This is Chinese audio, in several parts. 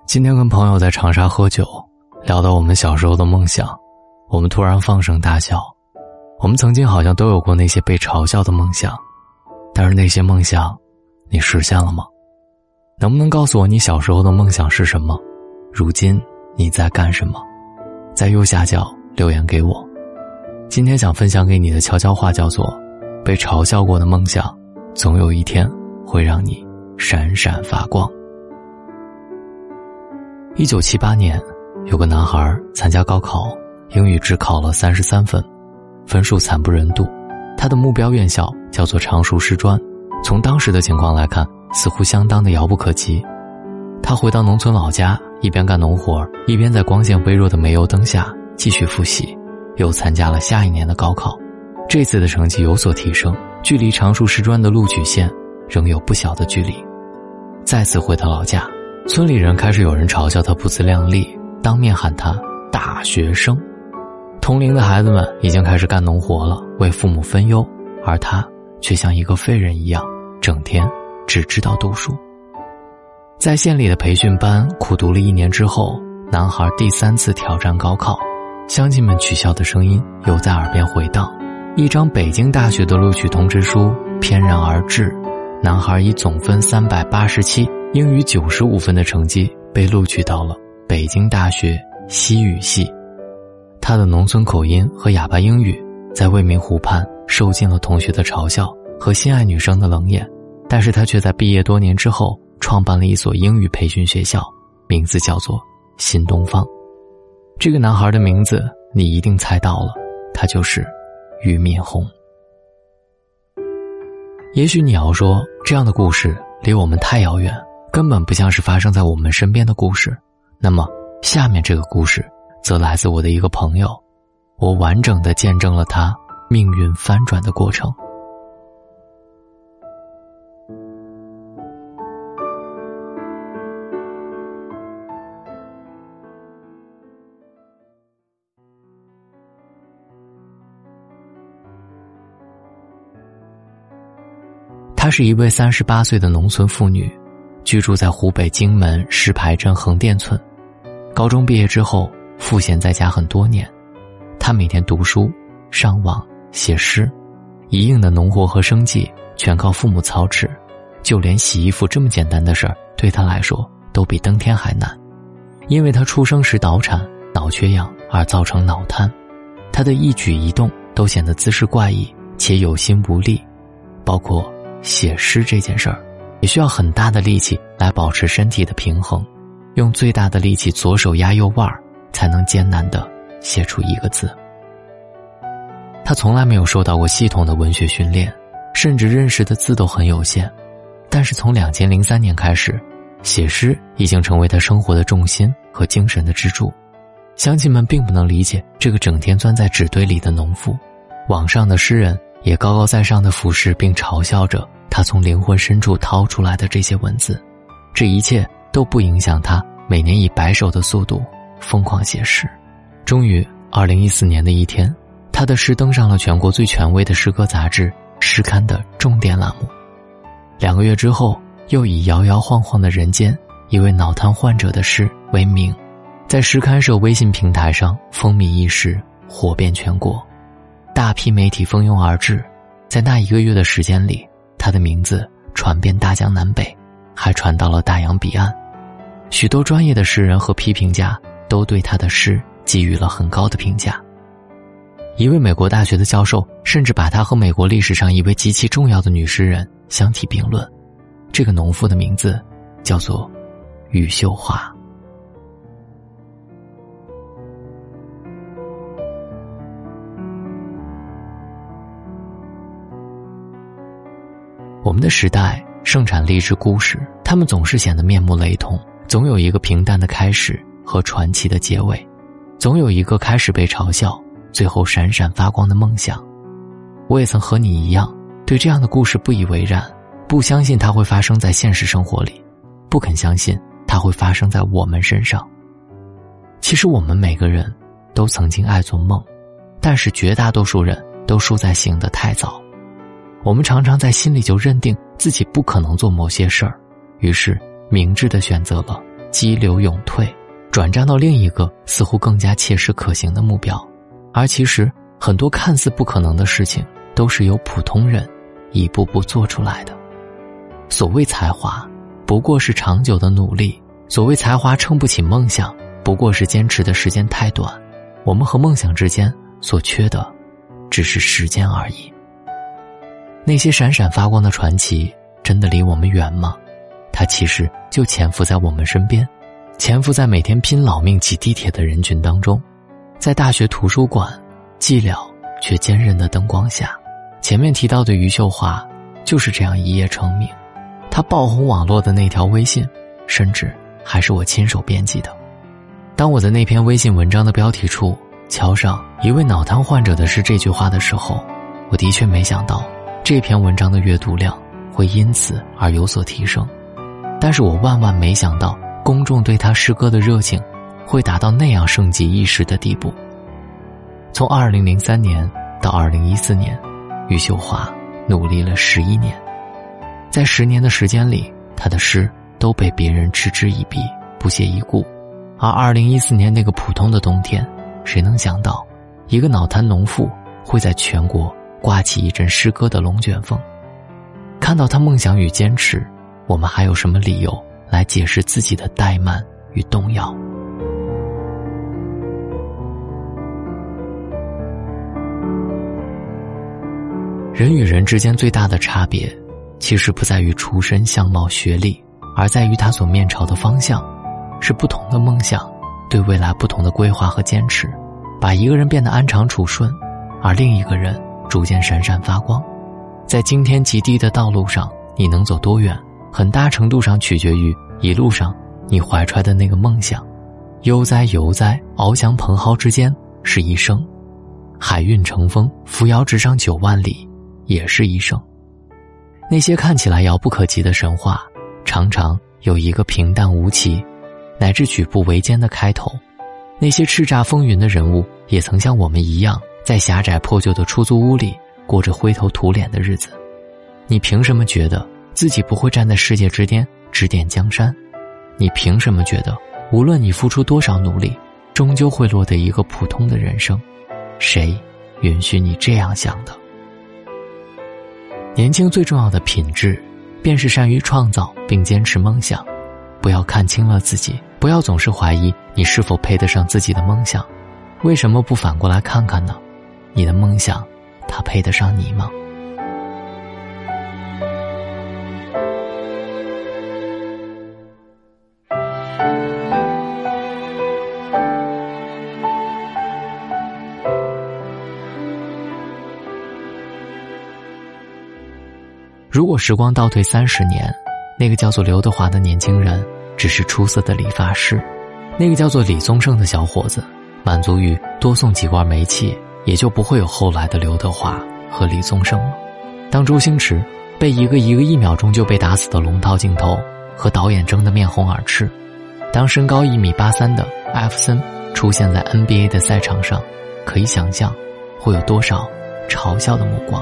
今天跟朋友在长沙喝酒，聊到我们小时候的梦想，我们突然放声大笑。我们曾经好像都有过那些被嘲笑的梦想，但是那些梦想你实现了吗？能不能告诉我你小时候的梦想是什么？如今你在干什么？在右下角留言给我。今天想分享给你的悄悄话叫做：被嘲笑过的梦想，总有一天会让你闪闪发光。1978年，有个男孩参加高考，英语只考了33分，分数惨不忍睹。他的目标院校叫做常熟师专，从当时的情况来看，似乎相当的遥不可及。他回到农村老家，一边干农活，一边在光线微弱的煤油灯下继续复习，又参加了下一年的高考。这次的成绩有所提升，距离常熟师专的录取线仍有不小的距离。再次回到老家，村里人开始有人嘲笑他不自量力，当面喊他大学生。同龄的孩子们已经开始干农活了，为父母分忧，而他却像一个废人一样，整天只知道读书。在县里的培训班苦读了1年之后，男孩第3次挑战高考，乡亲们取笑的声音又在耳边回荡。一张北京大学的录取通知书翩然而至，男孩以总分387、英语95分的成绩被录取到了北京大学西语系。他的农村口音和哑巴英语在未名湖畔受尽了同学的嘲笑和心爱女生的冷眼，但是他却在毕业多年之后创办了一所英语培训学校，名字叫做新东方。这个男孩的名字你一定猜到了，他就是俞敏洪。也许你要说，这样的故事离我们太遥远，根本不像是发生在我们身边的故事。那么下面这个故事则来自我的一个朋友，我完整地见证了他命运翻转的过程。她是一位38岁的农村妇女，居住在湖北荆门石牌镇横店村。高中毕业之后赋闲在家很多年，她每天读书、上网、写诗，一应的农活和生计全靠父母操持，就连洗衣服这么简单的事儿，对她来说都比登天还难。因为她出生时早产，脑缺氧而造成脑瘫，她的一举一动都显得姿势怪异且有心无力，包括写诗这件事儿，也需要很大的力气来保持身体的平衡，用最大的力气左手压右腕才能艰难地写出一个字。他从来没有受到过系统的文学训练，甚至认识的字都很有限，但是从2003年开始，写诗已经成为他生活的重心和精神的支柱。乡亲们并不能理解这个整天钻在纸堆里的农妇，网上的诗人也高高在上的俯视并嘲笑着他从灵魂深处掏出来的这些文字，这一切都不影响他每年以100首的速度疯狂写诗。终于2014年的一天，他的诗登上了全国最权威的诗歌杂志《诗刊》的重点栏目。2个月之后，又以摇摇晃晃的人间，一位脑瘫患者的诗为名，在诗刊社微信平台上风靡一时，火遍全国。大批媒体蜂拥而至，在那1个月的时间里，他的名字传遍大江南北，还传到了大洋彼岸。许多专业的诗人和批评家都对他的诗给予了很高的评价。一位美国大学的教授甚至把他和美国历史上一位极其重要的女诗人相提并论。这个农妇的名字叫做余秀华。我们的时代盛产励志故事，他们总是显得面目雷同，总有一个平淡的开始和传奇的结尾，总有一个开始被嘲笑，最后闪闪发光的梦想。我也曾和你一样，对这样的故事不以为然，不相信它会发生在现实生活里，不肯相信它会发生在我们身上。其实我们每个人都曾经爱做梦，但是绝大多数人都输在醒得太早。我们常常在心里就认定自己不可能做某些事儿，于是明智地选择了激流勇退，转战到另一个似乎更加切实可行的目标。而其实很多看似不可能的事情都是由普通人一步步做出来的。所谓才华不过是长久的努力，所谓才华撑不起梦想不过是坚持的时间太短。我们和梦想之间所缺的只是时间而已。那些闪闪发光的传奇真的离我们远吗？它其实就潜伏在我们身边，潜伏在每天拼老命挤地铁的人群当中，在大学图书馆寂寥却坚韧的灯光下。前面提到的余秀华就是这样一夜成名，她爆红网络的那条微信甚至还是我亲手编辑的。当我在那篇微信文章的标题处敲上一位脑瘫患者的是这句话的时候，我的确没想到这篇文章的阅读量会因此而有所提升。但是我万万没想到公众对他诗歌的热情会达到那样盛极一时的地步。从2003年到2014年，余秀华努力了11年，在10年的时间里，他的诗都被别人嗤之以鼻，不屑一顾。而2014年那个普通的冬天，谁能想到一个脑瘫农妇会在全国刮起一阵诗歌的龙卷风？看到他梦想与坚持，我们还有什么理由来解释自己的怠慢与动摇？人与人之间最大的差别，其实不在于出身、相貌、学历，而在于他所面朝的方向。是不同的梦想，对未来不同的规划和坚持，把一个人变得安常处顺，而另一个人逐渐闪闪发光。在惊天极地的道路上，你能走多远，很大程度上取决于一路上你怀揣的那个梦想。悠哉游哉，翱翔蓬蒿之间是一生；海运乘风，扶摇直上9万里，也是一生。那些看起来遥不可及的神话，常常有一个平淡无奇乃至举步维艰的开头。那些叱咤风云的人物也曾像我们一样，在狭窄破旧的出租屋里过着灰头土脸的日子。你凭什么觉得自己不会站在世界之巅指点江山？你凭什么觉得无论你付出多少努力，终究会落得一个普通的人生？谁允许你这样想的？年轻最重要的品质，便是善于创造并坚持梦想。不要看清了自己，不要总是怀疑你是否配得上自己的梦想。为什么不反过来看看呢？你的梦想，它配得上你吗？如果时光倒退30年，那个叫做刘德华的年轻人只是出色的理发师，那个叫做李宗盛的小伙子满足于多送几罐煤气，也就不会有后来的刘德华和李宗盛了。当周星驰被一个1秒钟就被打死的龙套镜头和导演争得面红耳赤，当身高1.83米的艾弗森出现在 NBA 的赛场上，可以想象会有多少嘲笑的目光。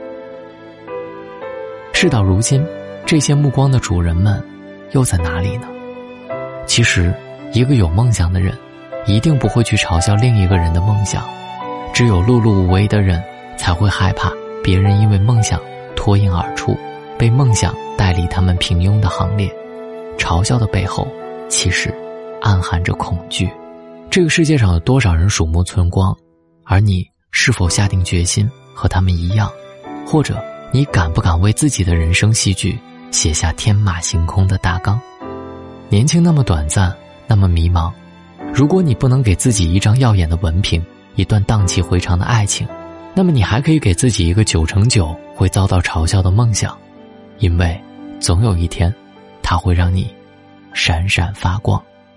事到如今，这些目光的主人们又在哪里呢？其实一个有梦想的人一定不会去嘲笑另一个人的梦想，只有碌碌无为的人才会害怕别人因为梦想脱颖而出，被梦想带离他们平庸的行列。嘲笑的背后其实暗含着恐惧。这个世界上有多少人鼠目寸光，而你是否下定决心和他们一样？或者你敢不敢为自己的人生戏剧写下天马行空的大纲？年轻那么短暂，那么迷茫，如果你不能给自己一张耀眼的文凭，一段荡气回肠的爱情，那么你还可以给自己一个9成9会遭到嘲笑的梦想，因为总有一天它会让你闪闪发光。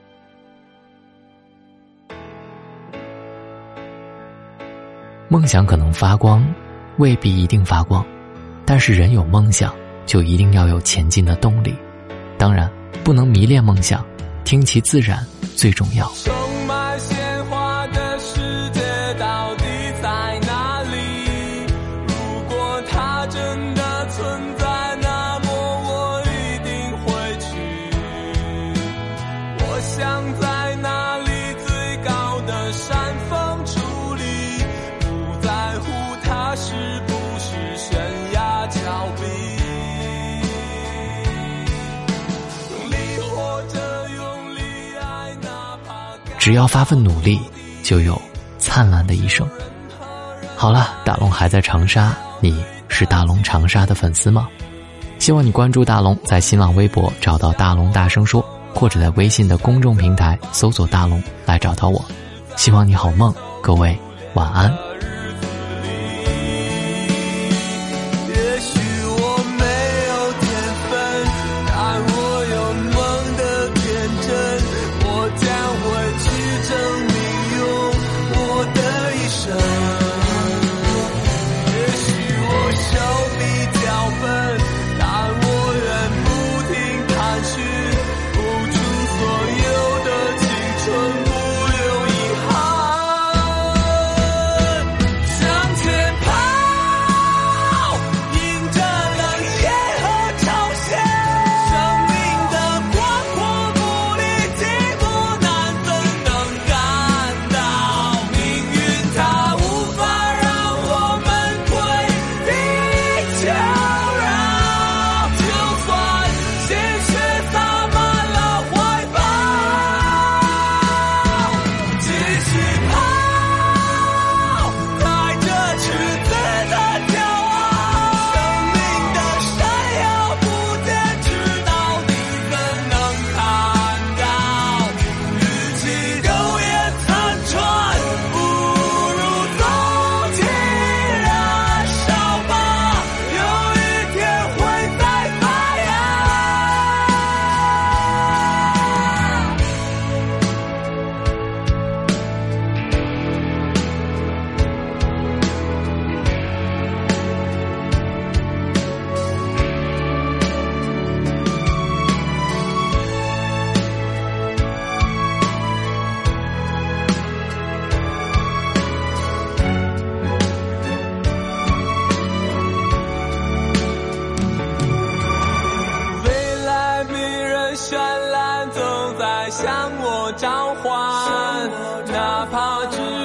梦想可能发光，未必一定发光，但是人有梦想就一定要有前进的动力。当然不能迷恋梦想，听其自然最重要。 充满鲜花的世界到底在哪里？如果它真的存在，那么我一定会去。 只要发奋努力，就有灿烂的一生。好了，大龙还在长沙，你是大龙长沙的粉丝吗？希望你关注大龙，在新浪微博找到大龙大声说，或者在微信的公众平台搜索大龙来找到我。希望你好梦，各位晚安。 向我召唤，哪怕只